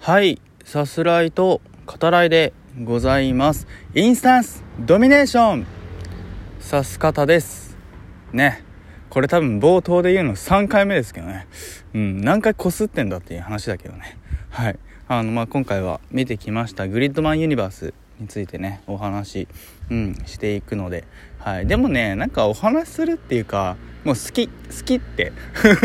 はい、さすらいと語らいでございます。インスタンスドミネーションさす方ですね。これ多分冒頭で言うの3回目ですけどね、何回こすってんだっていう話だけどね。はい、今回は見てきましたグリッドマンユニバースについてねお話、していくので、はい、でもねなんかお話するっていうかもう好きって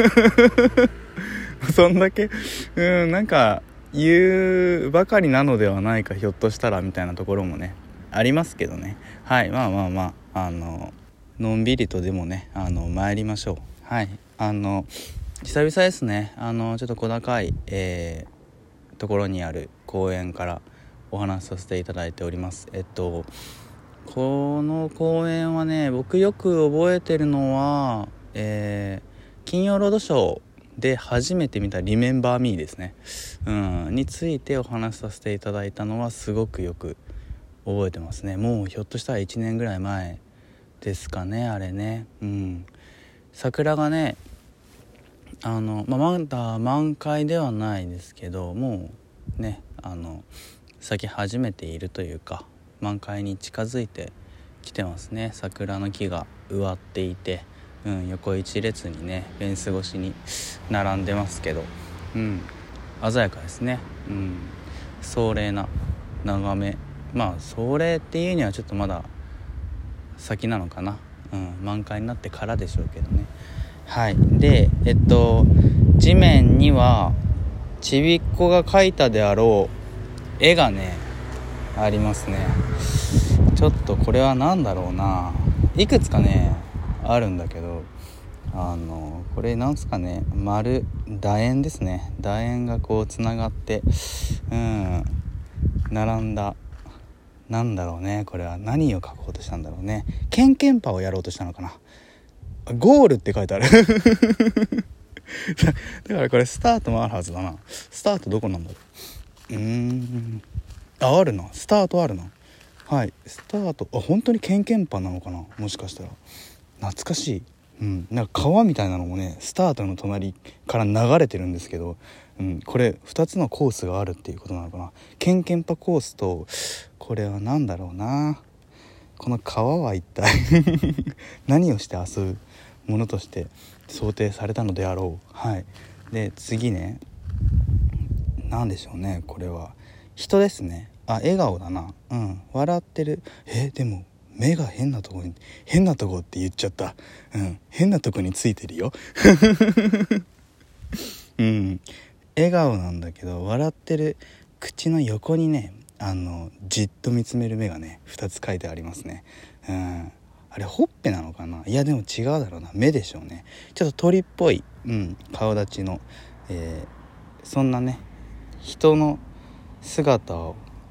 そんだけなんか言うばかりなのではないか、ひょっとしたらみたいなところもねありますけどね。はい、のんびりとでもね参りましょう。はい、久々ですね。ちょっと小高い、ところにある公園からお話しさせていただいております。この公園はね、僕よく覚えてるのは、金曜ロードショーで初めて見たリメンバーミーですね、についてお話しさせていただいたのはすごくよく覚えてますね。もうひょっとしたら1年ぐらい前ですかね、あれね。桜がねまだ満開ではないですけど、もうね咲き始めているというか満開に近づいてきてますね。桜の木が植わっていて、横一列にねフェンス越しに並んでますけど、鮮やかですね。壮麗な眺め。壮麗っていうにはちょっとまだ先なのかな、満開になってからでしょうけどね。はい。で地面にはちびっこが描いたであろう絵がねありますね。ちょっとこれは何だろうな、いくつかねあるんだけど、これなんすかね、楕円ですね。楕円がこうつながって並んだ、なんだろうね、これは何を描こうとしたんだろうね。ケンケンパをやろうとしたのかな。ゴールって書いてあるだからこれスタートもあるはずだな。スタートどこなんだろう。あるな、スタートあるな。はい、スタート、本当にケンケンパなのかな、もしかしたら。懐かしい。なんか川みたいなのもねスタートの隣から流れてるんですけど、これ2つのコースがあるっていうことなのかな。ケンケンパコースと、これは何だろうな、この川は一体何をして遊ぶものとして想定されたのであろう。はい。で次ね、何でしょうね、これは人ですね。笑顔だな。笑ってる。でも目が変なとこって言っちゃった。変なとこについてるよ笑顔なんだけど笑ってる口の横にねじっと見つめる目がね2つ書いてありますね。あれほっぺなのかな。いやでも違うだろうな、目でしょうね。ちょっと鳥っぽい、顔立ちの、そんなね人の姿を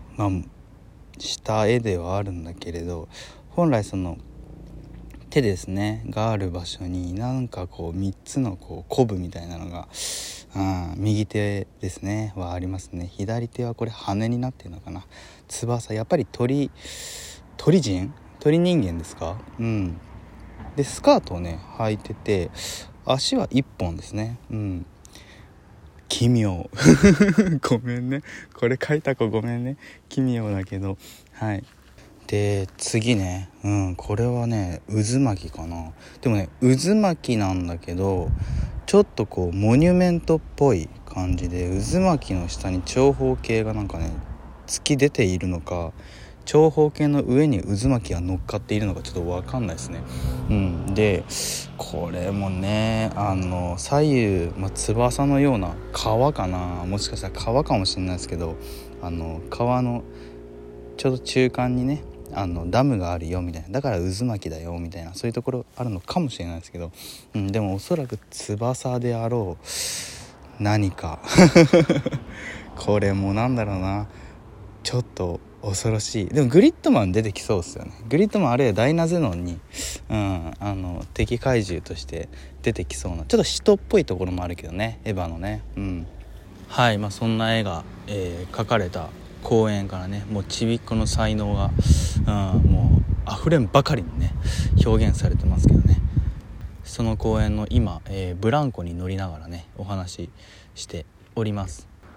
した絵ではあるんだけれど、本来その手ですねがある場所になんかこう3つのこうコブみたいなのが、右手ですねはありますね。左手はこれ羽になってるのかな。翼、やっぱり鳥人ですか。でスカートをね履いてて足は1本ですね。奇妙ごめんね、これ書いた子ごめんね、奇妙だけど。はい。で次ね、これはね渦巻きかな。でもね渦巻きなんだけどちょっとこうモニュメントっぽい感じで、渦巻きの下に長方形がなんかね突き出ているのか、長方形の上に渦巻きが乗っかっているのかちょっと分かんないですね。でこれもね左右、翼のような川かな、もしかしたら川かもしれないですけど、川のちょうど中間にねダムがあるよみたいな、だから渦巻きだよみたいな、そういうところあるのかもしれないですけど、でもおそらく翼であろう何かこれもなんだろうな、ちょっと恐ろしい。でもグリッドマン出てきそうですよね。グリッドマンあるいはダイナゼノンに、敵怪獣として出てきそうな、ちょっと人っぽいところもあるけどね、エヴァのね。はい、そんな絵が、描かれた公園からね、もうちびっこの才能が、もう溢れんばかりにね表現されてますけどね。その公園の今、ブランコに乗りながらねお話ししております。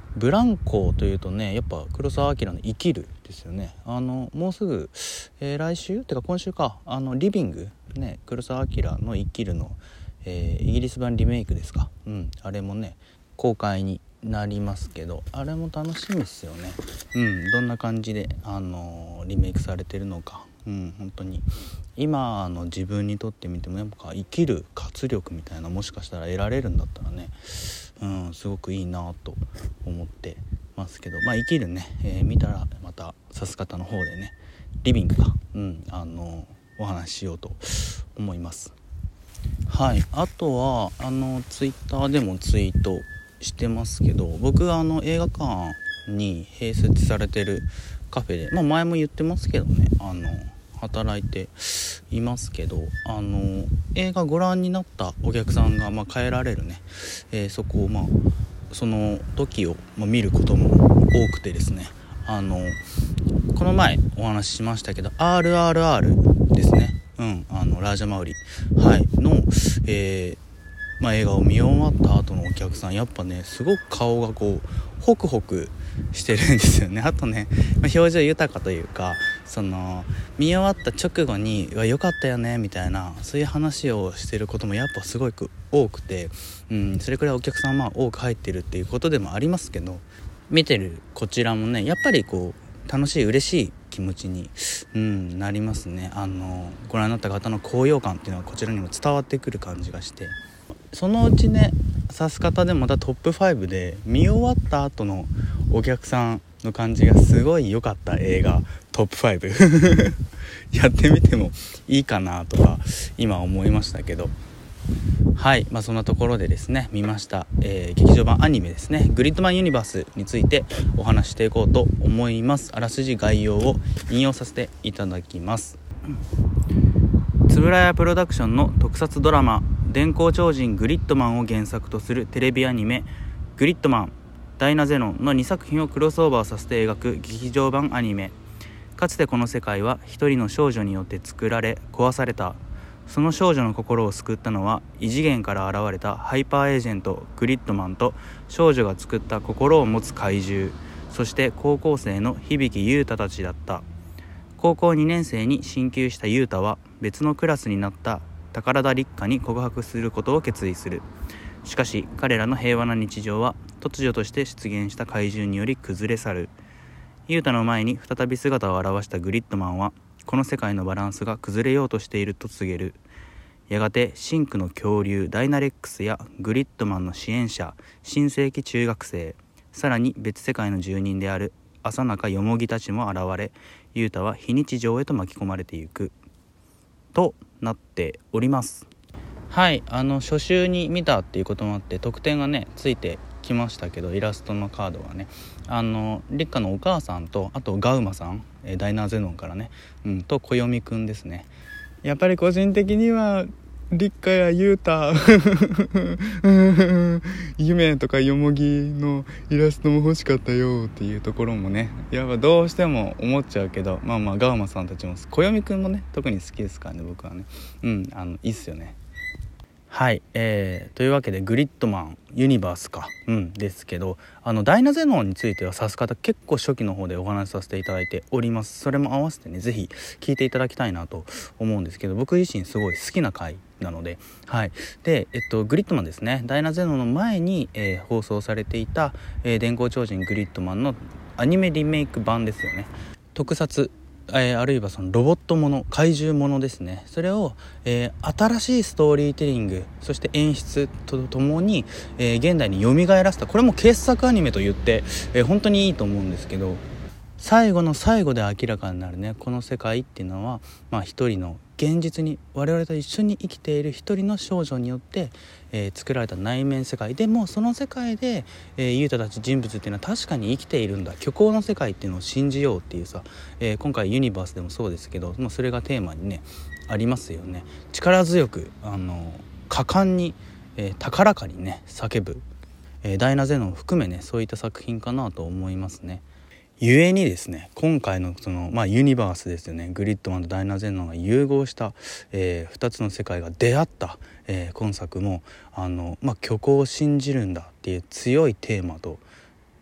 ブランコというとね、やっぱ黒澤明の生きるですよね。もうすぐ、来週てか今週か、リビングね、黒澤明の生きるの、イギリス版リメイクですか、あれもね公開になりますけど、あれも楽しみですよね。どんな感じで、リメイクされてるのか、本当に今の自分にとってみてもやっぱ生きる活力みたいな、もしかしたら得られるんだったらね、すごくいいなと思ってますけど、生きるね、見たらまたさす方の方でね、リビングか、お話ししようと思います。はい、あとはツイッターでもツイートしてますけど、僕は映画館に併設されてるカフェで、前も言ってますけどね、働いていますけど、映画ご覧になったお客さんが、帰られるね、そこをその時を、見ることも多くてですね、この前お話ししましたけど RRR ですね、ラージャマウリ、の、映画を見終わった後のお客さん、やっぱねすごく顔がこうホクホクしてるんですよね。あとね、表情豊かというか、見終わった直後に良かったよねみたいな、そういう話をしてることもやっぱすごく多くて、それくらいお客さん多く入ってるっていうことでもありますけど、見てるこちらもねやっぱりこう楽しい嬉しい気持ちに、なりますね。ご覧になった方の高揚感っていうのはこちらにも伝わってくる感じがして、そのうちね指す方でもまたトップ5で見終わった後のお客さんの感じがすごい良かった映画トップ5やってみてもいいかなとか今思いましたけど、そんなところでですね見ました、劇場版アニメですね、グリッドマンユニバースについてお話していこうと思います。あらすじ概要を引用させていただきます。円谷プロダクションの特撮ドラマ電光超人グリッドマンを原作とするテレビアニメグリッドマンダイナゼノンの2作品をクロスオーバーさせて描く劇場版アニメ。かつてこの世界は一人の少女によって作られ壊された。その少女の心を救ったのは異次元から現れたハイパーエージェントグリッドマンと少女が作った心を持つ怪獣、そして高校生の響優太たちだった。高校2年生に進級した優太は別のクラスになった宝田立花に告白することを決意する。しかし彼らの平和な日常は突如として出現した怪獣により崩れ去る。優太の前に再び姿を現したグリッドマンはこの世界のバランスが崩れようとしていると告げる。やがてシンクの恐竜ダイナレックスやグリッドマンの支援者新世紀中学生、さらに別世界の住人である浅中よたちも現れ、優太は非日常へと巻き込まれていくとなっております。初週に見たっていうこともあって特典がねついてきましたけど、イラストのカードがね立花のお母さんと、あとガウマさん、ダイナーゼノンからね、と小読くんですね。やっぱり個人的には立花や優太夢とかよもぎのイラストも欲しかったよっていうところもねやっぱどうしても思っちゃうけど、ガウマさんたちも小読くんもね特に好きですからね、僕はねいいっすよね。というわけでグリッドマンユニバースか、ですけどダイナゼノンについては指す方結構初期の方でお話しさせていただいております。それも合わせてねぜひ聞いていただきたいなと思うんですけど、僕自身すごい好きな回なので、で、グリッドマンですね、ダイナゼノンの前に、放送されていた、電光超人グリッドマンのアニメリメイク版ですよね。特撮あるいはそのロボットもの怪獣ものですね、それを、新しいストーリーテリングそして演出とともに、現代に蘇らせた、これも傑作アニメと言って、本当にいいと思うんですけど、最後の最後で明らかになるねこの世界っていうのは、一人の現実に我々と一緒に生きている一人の少女によって、作られた内面世界でも、その世界で、優太たち人物っていうのは確かに生きているんだ、虚構の世界っていうのを信じようっていうさ、今回ユニバースでもそうですけど、それがテーマにねありますよね。力強く果敢に、高らかにね叫ぶ、ダイナゼノンを含めねそういった作品かなと思いますね。ゆえにですね今回のユニバースですよね、グリッドマンとダイナゼノンが融合した、2つの世界が出会った、今作も虚構を信じるんだっていう強いテーマと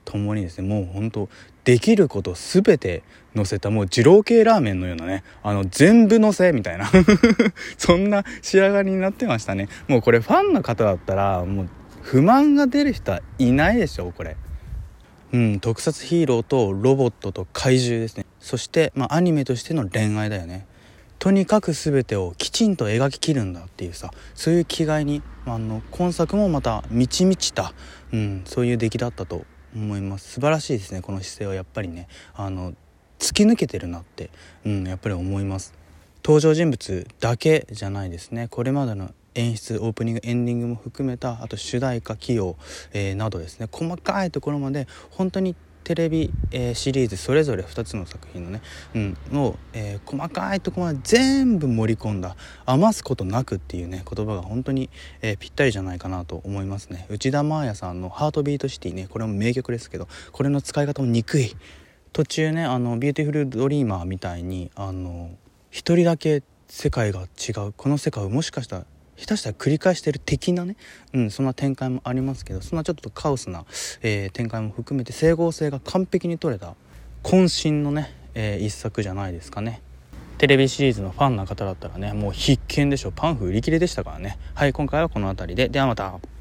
ともにですね、もう本当できることすべて乗せた、もう二郎系ラーメンのようなね、全部乗せみたいなそんな仕上がりになってましたね。もうこれファンの方だったらもう不満が出る人はいないでしょこれ。特撮ヒーローとロボットと怪獣ですね。そして、アニメとしての恋愛だよね。とにかく全てをきちんと描き切るんだっていうさ、そういう気概に、今作もまた満ち満ちた、そういう出来だったと思います。素晴らしいですね。この姿勢はやっぱりね、突き抜けてるなって、やっぱり思います。登場人物だけじゃないですね。これまでの演出、オープニングエンディングも含めた、あと主題歌起用、などですね、細かいところまで本当にテレビ、シリーズそれぞれ2つの作品のね、の、細かいところまで全部盛り込んだ、余すことなくっていうね言葉が本当に、ぴったりじゃないかなと思いますね。内田真礼さんのハートビートシティね、これも名曲ですけど、これの使い方も憎い。途中ね、ビューティフルドリーマーみたいに一人だけ世界が違う、この世界をもしかしたら下手したら繰り返してる的なね、そんな展開もありますけど、そんなちょっとカオスな、展開も含めて整合性が完璧に取れた渾身のね、一作じゃないですかね。テレビシリーズのファンな方だったらね、もう必見でしょ。パンフ売り切れでしたからね。はい、今回はこの辺りで、ではまた。